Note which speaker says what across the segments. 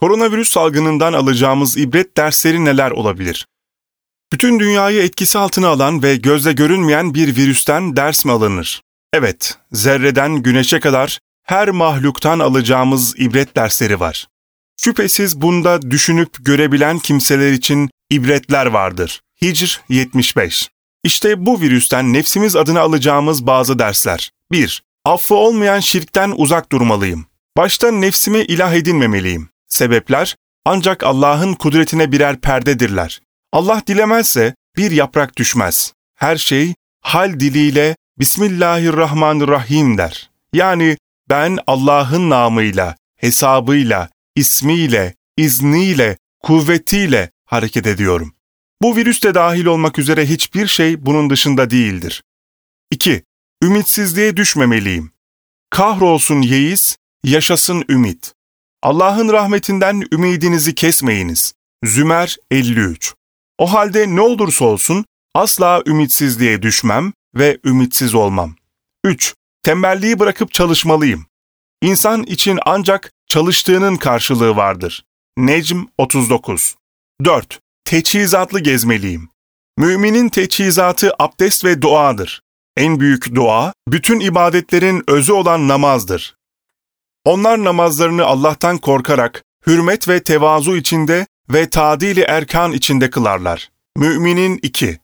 Speaker 1: Koronavirüs salgınından alacağımız ibret dersleri neler olabilir? Bütün dünyayı etkisi altına alan ve gözle görünmeyen bir virüsten ders mi alınır? Evet, zerreden güneşe kadar her mahluktan alacağımız ibret dersleri var. Şüphesiz bunda düşünüp görebilen kimseler için ibretler vardır. Hicr 75. İşte bu virüsten nefsimiz adına alacağımız bazı dersler. 1. Affı olmayan şirkten uzak durmalıyım. Başta nefsimi ilah edinmemeliyim. Sebepler ancak Allah'ın kudretine birer perdedirler. Allah dilemezse bir yaprak düşmez. Her şey hal diliyle Bismillahirrahmanirrahim der. Yani ben Allah'ın namıyla, hesabıyla, ismiyle, izniyle, kuvvetiyle hareket ediyorum. Bu virüs de dahil olmak üzere hiçbir şey bunun dışında değildir. 2. Ümitsizliğe düşmemeliyim. Kahrolsun yeis, yaşasın ümit. Allah'ın rahmetinden ümidinizi kesmeyiniz. Zümer 53. O halde ne olursa olsun asla ümitsizliğe düşmem ve ümitsiz olmam. 3. Tembelliği bırakıp çalışmalıyım. İnsan için ancak çalıştığının karşılığı vardır. Necm 39. 4. Teçhizatlı gezmeliyim. Müminin teçhizatı abdest ve duadır. En büyük dua, bütün ibadetlerin özü olan namazdır. Onlar namazlarını Allah'tan korkarak, hürmet ve tevazu içinde ve tadili erkan içinde kılarlar. Müminin 2.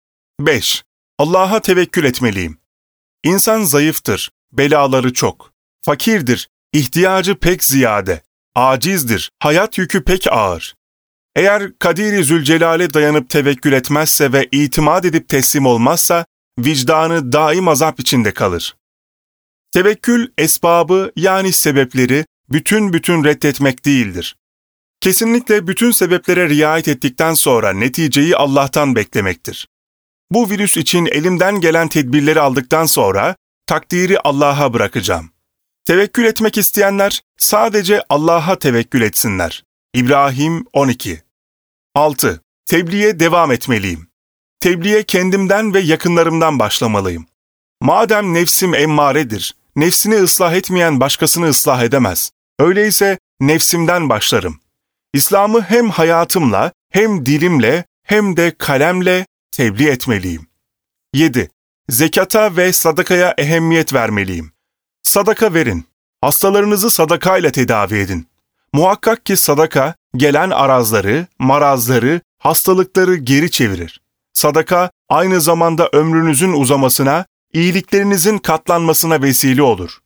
Speaker 1: 5. Allah'a tevekkül etmeliyim. İnsan zayıftır, belaları çok. Fakirdir, ihtiyacı pek ziyade. Acizdir, hayat yükü pek ağır. Eğer Kadir-i Zülcelal'e dayanıp tevekkül etmezse ve itimat edip teslim olmazsa, vicdanı daim azap içinde kalır. Tevekkül, esbabı yani sebepleri bütün reddetmek değildir. Kesinlikle bütün sebeplere riayet ettikten sonra neticeyi Allah'tan beklemektir. Bu virüs için elimden gelen tedbirleri aldıktan sonra takdiri Allah'a bırakacağım. Tevekkül etmek isteyenler sadece Allah'a tevekkül etsinler. İbrahim 12. 6. Tebliğe devam etmeliyim. Tebliğe kendimden ve yakınlarımdan başlamalıyım. Madem nefsim emmaredir, nefsini ıslah etmeyen başkasını ıslah edemez. Öyleyse nefsimden başlarım. İslam'ı hem hayatımla, hem dilimle, hem de kalemle tebliğ etmeliyim. 7. Zekata ve sadakaya ehemmiyet vermeliyim. Sadaka verin. Hastalarınızı sadakayla tedavi edin. Muhakkak ki sadaka, gelen arazları, marazları, hastalıkları geri çevirir. Sadaka, aynı zamanda ömrünüzün uzamasına, iyiliklerinizin katlanmasına vesile olur.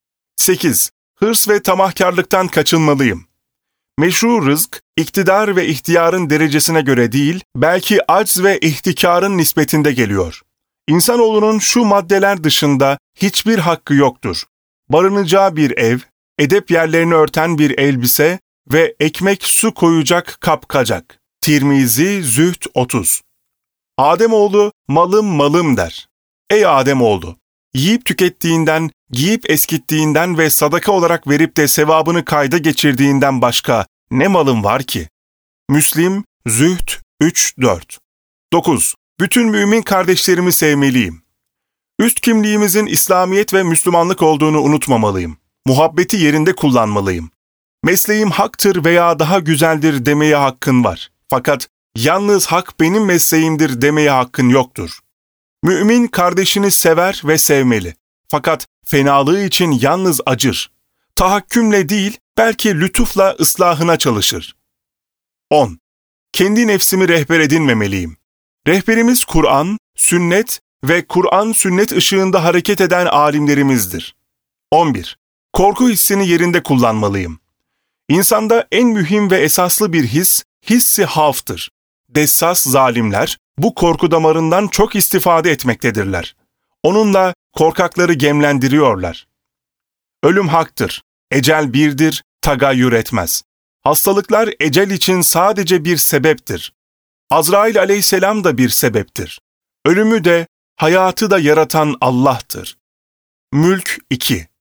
Speaker 1: 8. Hırs ve tamahkarlıktan kaçınmalıyım. Meşru rızk, iktidar ve ihtiyarın derecesine göre değil, belki acz ve ihtikarın nispetinde geliyor. İnsanoğlunun şu maddeler dışında hiçbir hakkı yoktur. Barınacağı bir ev, edep yerlerini örten bir elbise ve ekmek su koyacak kapkacak. Tirmizi Zühd 30. Ademoğlu malım malım der. Ey Ademoğlu! Yiyip tükettiğinden, giyip eskittiğinden ve sadaka olarak verip de sevabını kayda geçirdiğinden başka ne malın var ki? Müslim Zühd 3-4. 9. Bütün mümin kardeşlerimi sevmeliyim. Üst kimliğimizin İslamiyet ve Müslümanlık olduğunu unutmamalıyım. Muhabbeti yerinde kullanmalıyım. Mesleğim haktır veya daha güzeldir demeye hakkın var. Fakat yalnız hak benim mesleğimdir demeye hakkın yoktur. Mümin kardeşini sever ve sevmeli. Fakat fenalığı için yalnız acır. Tahakkümle değil, belki lütufla ıslahına çalışır. 10. Kendi nefsimi rehber edinmemeliyim. Rehberimiz Kur'an, sünnet ve Kur'an sünnet ışığında hareket eden alimlerimizdir. 11. Korku hissini yerinde kullanmalıyım. İnsanda en mühim ve esaslı bir his, hissi havftır. Dessas zalimler bu korku damarından çok istifade etmektedirler. Onunla korkakları gemlendiriyorlar. Ölüm haktır, ecel birdir, tagayyür etmez. Hastalıklar ecel için sadece bir sebeptir. Azrail aleyhisselam da bir sebeptir. Ölümü de, hayatı da yaratan Allah'tır. Mülk 2.